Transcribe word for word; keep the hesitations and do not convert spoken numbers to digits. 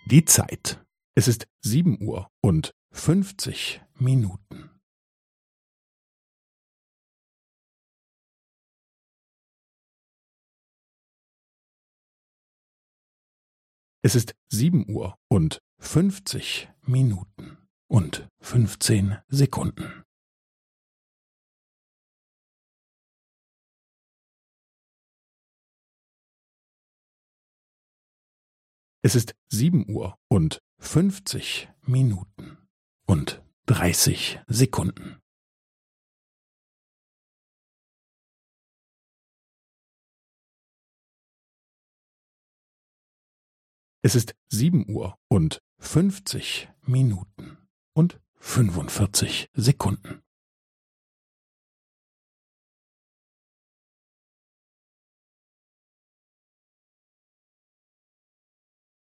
Die Zeit. Es ist sieben Uhr und fünfzig Minuten. Es ist sieben Uhr und fünfzig Minuten und fünfzehn Sekunden. Es ist sieben Uhr und fünfzig Minuten und dreißig Sekunden. Es ist sieben Uhr und fünfzig Minuten und fünfundvierzig Sekunden.